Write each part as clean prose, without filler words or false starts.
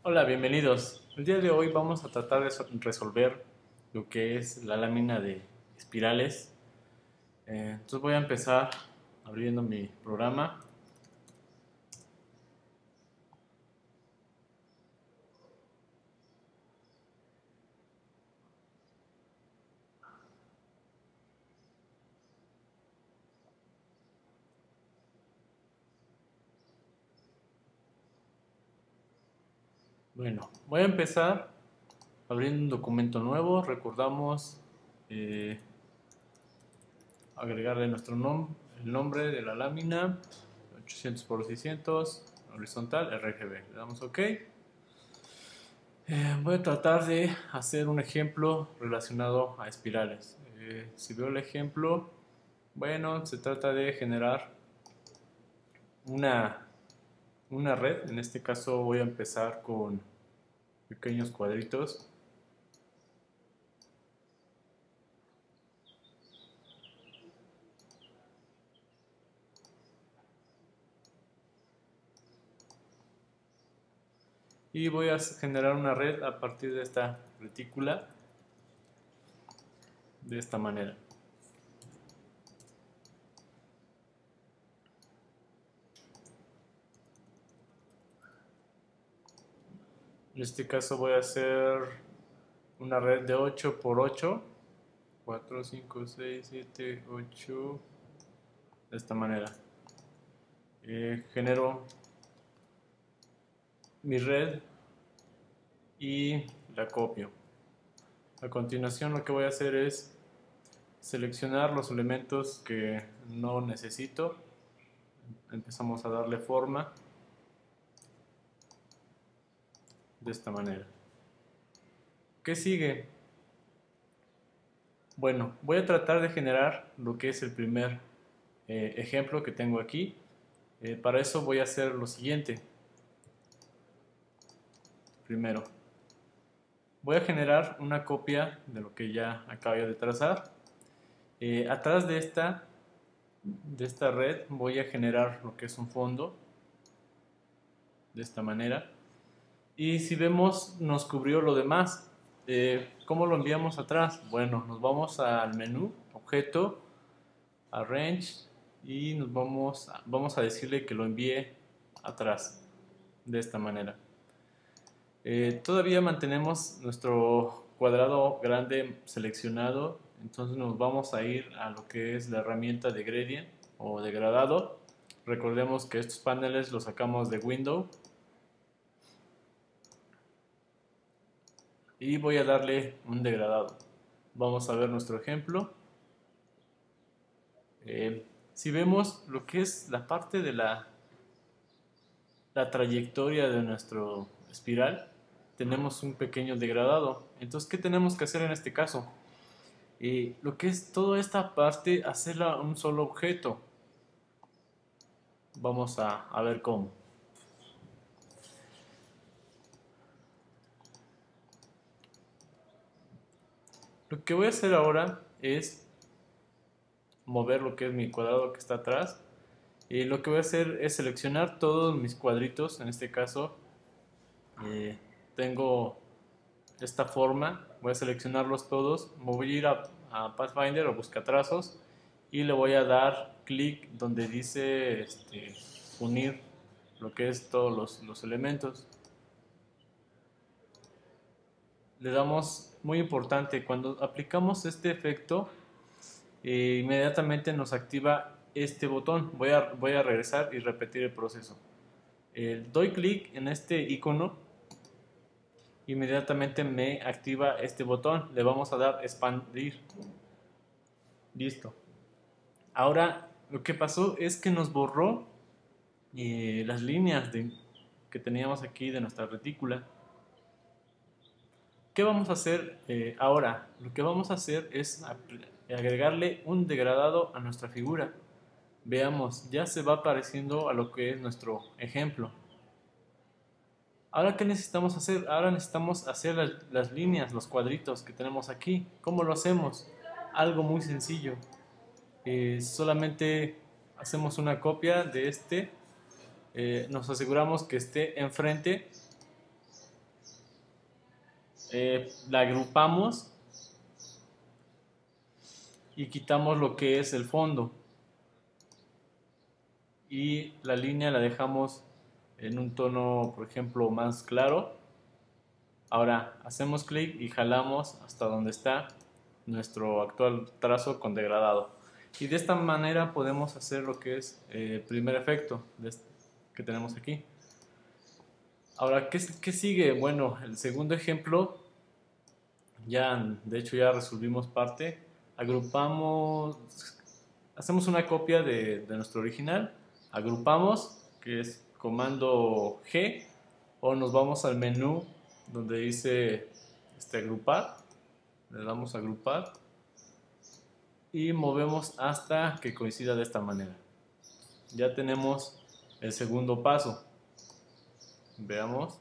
Hola, bienvenidos. El día de hoy vamos a tratar de resolver lo que es la lámina de espirales. Entonces voy a empezar abriendo mi programa. Bueno, voy a empezar abriendo un documento nuevo. Recordamos eh, agregarle el nombre de la lámina, 800 por 600, horizontal, RGB. Le damos OK. Voy a tratar de hacer un ejemplo relacionado a espirales. Si veo el ejemplo, bueno, se trata de generar una, una red. En este caso voy a empezar con pequeños cuadritos. Y voy a generar una red a partir de esta retícula, de esta manera. En este caso voy a hacer una red de 8 por 8, 4, 5, 6, 7, 8, de esta manera. Genero mi red y la copio. A continuación lo que voy a hacer es seleccionar los elementos que no necesito. Empezamos a darle forma de esta manera. ¿Qué sigue? Bueno, voy a tratar de generar lo que es el primer ejemplo que tengo aquí. Para eso voy a hacer lo siguiente. Primero, voy a generar una copia de lo que ya acabo de trazar. Atrás de esta red voy a generar lo que es un fondo de esta manera. Y si vemos, nos cubrió lo demás. ¿Cómo lo enviamos atrás? Bueno, nos vamos al menú, objeto, arrange, y vamos a decirle que lo envíe atrás, de esta manera. Todavía mantenemos nuestro cuadrado grande seleccionado, entonces nos vamos a ir a lo que es la herramienta de gradient o degradado. Recordemos que estos paneles los sacamos de Windows. Y voy a darle un degradado. Vamos a ver nuestro ejemplo. Si vemos lo que es la parte de la trayectoria de nuestro espiral, tenemos un pequeño degradado. Entonces, ¿qué tenemos que hacer en este caso? Lo que es toda esta parte, hacerla un solo objeto. Vamos a ver cómo. Lo que voy a hacer ahora es mover lo que es mi cuadrado que está atrás. Y lo que voy a hacer es seleccionar todos mis cuadritos. En este caso tengo esta forma. Voy a seleccionarlos todos. Me voy a ir a Pathfinder o buscatrazos y le voy a dar clic donde dice unir lo que es todos los elementos. Le damos, muy importante, cuando aplicamos este efecto, inmediatamente nos activa este botón. Voy a regresar y repetir el proceso. Doy clic en este icono, inmediatamente me activa este botón. Le vamos a dar expandir. Listo. Ahora lo que pasó es que nos borró las líneas que teníamos aquí de nuestra retícula. ¿Qué vamos a hacer ahora? Lo que vamos a hacer es agregarle un degradado a nuestra figura. Veamos, ya se va pareciendo a lo que es nuestro ejemplo. Ahora, ¿qué necesitamos hacer? Ahora necesitamos hacer las líneas, los cuadritos que tenemos aquí. ¿Cómo lo hacemos? Algo muy sencillo. Solamente hacemos una copia de nos aseguramos que esté enfrente la agrupamos y quitamos lo que es el fondo, y la línea la dejamos en un tono, por ejemplo, más claro. Ahora hacemos clic y jalamos hasta donde está nuestro actual trazo con degradado, y de esta manera podemos hacer lo que es el primer efecto que tenemos aquí. Ahora, ¿qué sigue? Bueno, el segundo ejemplo, ya de hecho ya resolvimos parte. Agrupamos, hacemos una copia de nuestro original, agrupamos, que es comando G, o nos vamos al menú donde dice agrupar, le damos a agrupar y movemos hasta que coincida de esta manera. Ya tenemos el segundo paso. Veamos.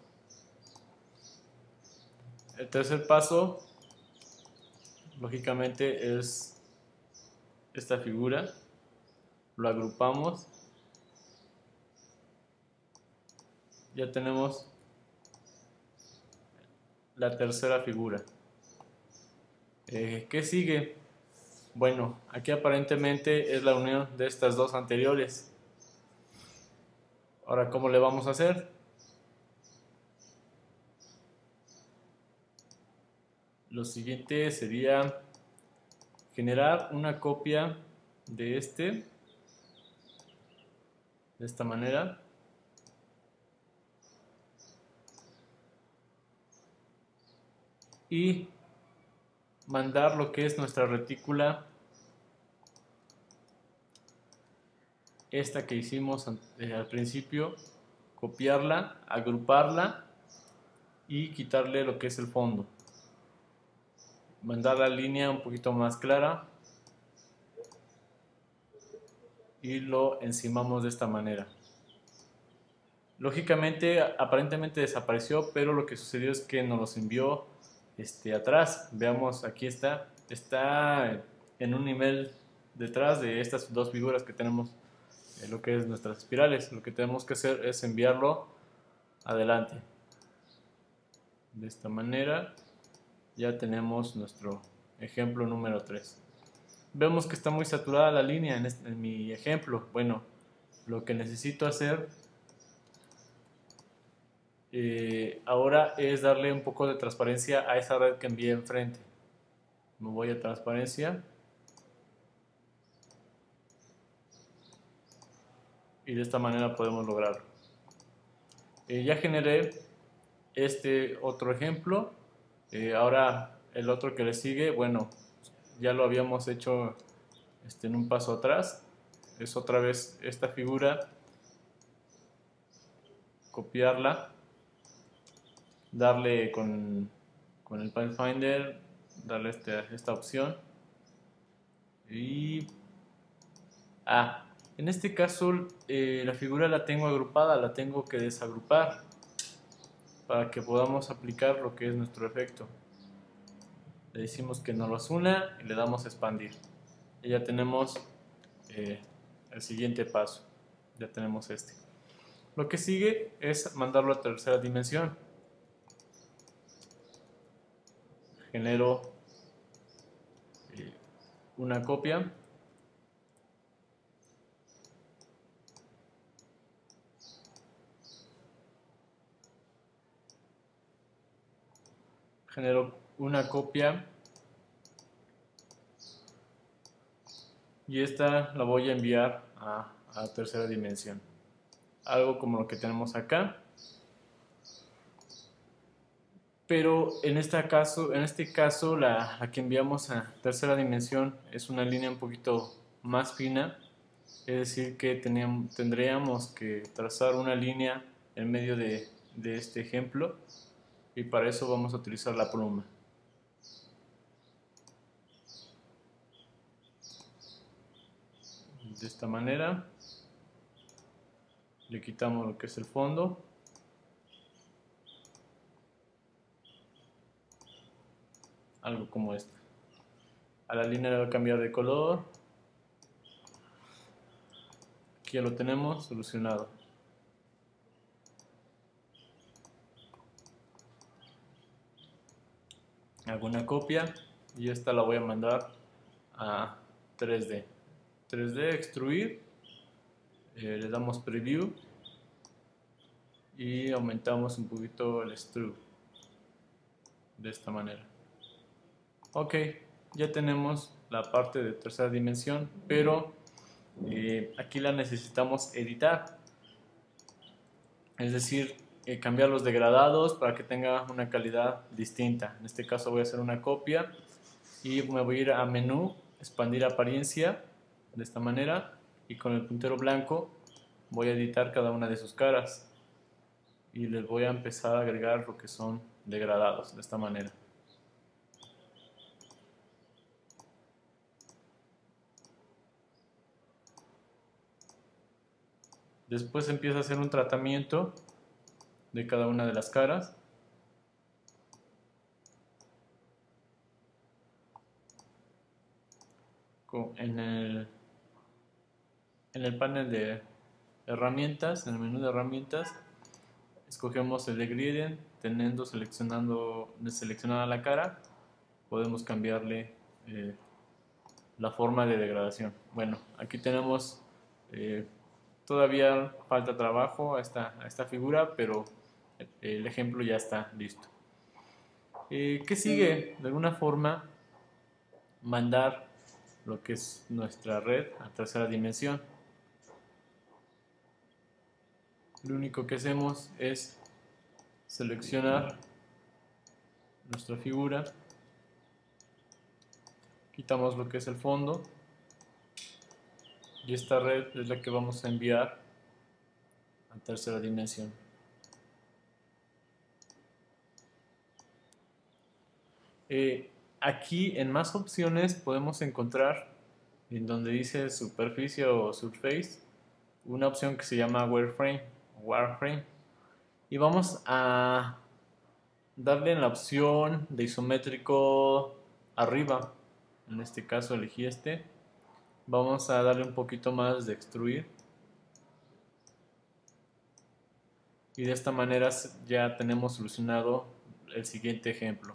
El tercer paso, lógicamente, es esta figura. Lo agrupamos. Ya tenemos la tercera figura. ¿Qué sigue? Bueno, aquí aparentemente es la unión de estas dos anteriores. Ahora, ¿cómo le vamos a hacer? Lo siguiente sería generar una copia de de esta manera. Y mandar lo que es nuestra retícula, esta que hicimos al principio, copiarla, agruparla y quitarle lo que es el fondo. Mandar la línea un poquito más clara y lo encimamos de esta manera. Lógicamente, aparentemente desapareció, pero lo que sucedió es que nos los envió atrás. Veamos, aquí está en un nivel detrás de estas dos figuras que tenemos, lo que es nuestras espirales. Lo que tenemos que hacer es enviarlo adelante. De esta manera ya tenemos nuestro ejemplo número 3. Vemos que está muy saturada la línea en mi ejemplo. Bueno, lo que necesito hacer ahora es darle un poco de transparencia a esa red que envié enfrente. Me voy a transparencia y de esta manera podemos lograrlo. Ya generé este otro ejemplo. Ahora el otro que le sigue, bueno, ya lo habíamos hecho en un paso atrás. Es otra vez esta figura, copiarla, darle con el Pathfinder, darle esta opción y en este caso la figura la tengo agrupada, la tengo que desagrupar para que podamos aplicar lo que es nuestro efecto. Le decimos que nos los una y le damos a expandir y ya tenemos el siguiente paso. Ya tenemos lo que sigue es mandarlo a tercera dimensión. Genero una copia, y esta la voy a enviar a tercera dimensión, algo como lo que tenemos acá. Pero en este caso la que enviamos a tercera dimensión es una línea un poquito más fina, es decir que tendríamos que trazar una línea en medio de este ejemplo, y para eso vamos a utilizar la pluma. De esta manera le quitamos lo que es el fondo. Algo como esto. A la línea le va a cambiar de color. Aquí ya lo tenemos solucionado. Hago una copia y esta la voy a mandar a 3D. 3D, extruir, le damos preview y aumentamos un poquito el extrude de esta manera. Ok, ya tenemos la parte de tercera dimensión, pero aquí la necesitamos editar, es decir, cambiar los degradados para que tenga una calidad distinta. En este caso voy a hacer una copia y me voy a ir a menú, expandir apariencia, de esta manera, y con el puntero blanco voy a editar cada una de sus caras y les voy a empezar a agregar lo que son degradados de esta manera. Después empiezo a hacer un tratamiento de cada una de las caras. En el panel de herramientas, en el menú de herramientas, escogemos el de gradient, teniendo seleccionada la cara, podemos cambiarle la forma de degradación. Bueno, aquí tenemos, todavía falta trabajo a esta figura, pero el ejemplo ya está listo. ¿Qué sigue? De alguna forma, mandar lo que es nuestra red a tercera dimensión. Lo único que hacemos es seleccionar nuestra figura, quitamos lo que es el fondo y esta red es la que vamos a enviar a tercera dimensión. Aquí en más opciones podemos encontrar, en donde dice superficie o surface, una opción que se llama wireframe, y vamos a darle en la opción de isométrico arriba. En este caso elegí este. Vamos a darle un poquito más de extruir y de esta manera ya tenemos solucionado el siguiente ejemplo.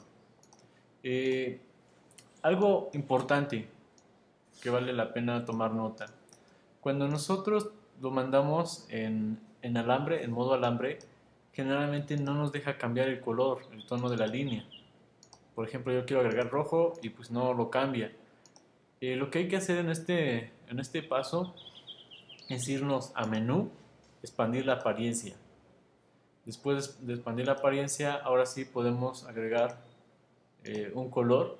Algo importante que vale la pena tomar nota: cuando nosotros lo mandamos en alambre, en modo alambre, generalmente no nos deja cambiar el color, el tono de la línea. Por ejemplo, yo quiero agregar rojo y pues no lo cambia. Lo que hay que hacer en este paso es irnos a menú, expandir la apariencia. Después de expandir la apariencia, ahora sí podemos agregar un color.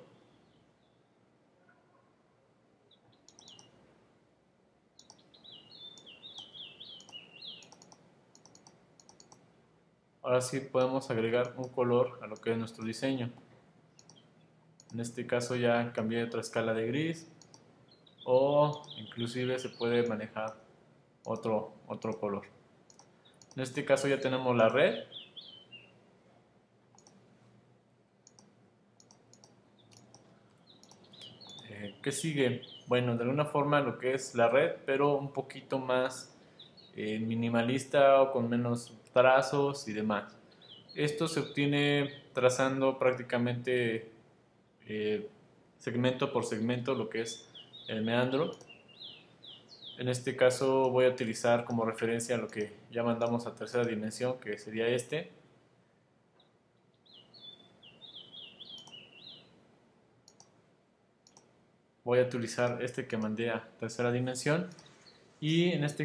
Ahora sí podemos agregar un color a lo que es nuestro diseño. En este caso ya cambié otra escala de gris, o inclusive se puede manejar otro color. En este caso ya tenemos la red. ¿Qué sigue? Bueno, de alguna forma lo que es la red, pero un poquito más minimalista o con menos trazos y demás. Esto se obtiene trazando prácticamente segmento por segmento lo que es el meandro. En este caso voy a utilizar como referencia lo que ya mandamos a tercera dimensión, que sería este. Voy a utilizar este que mandé a tercera dimensión y en este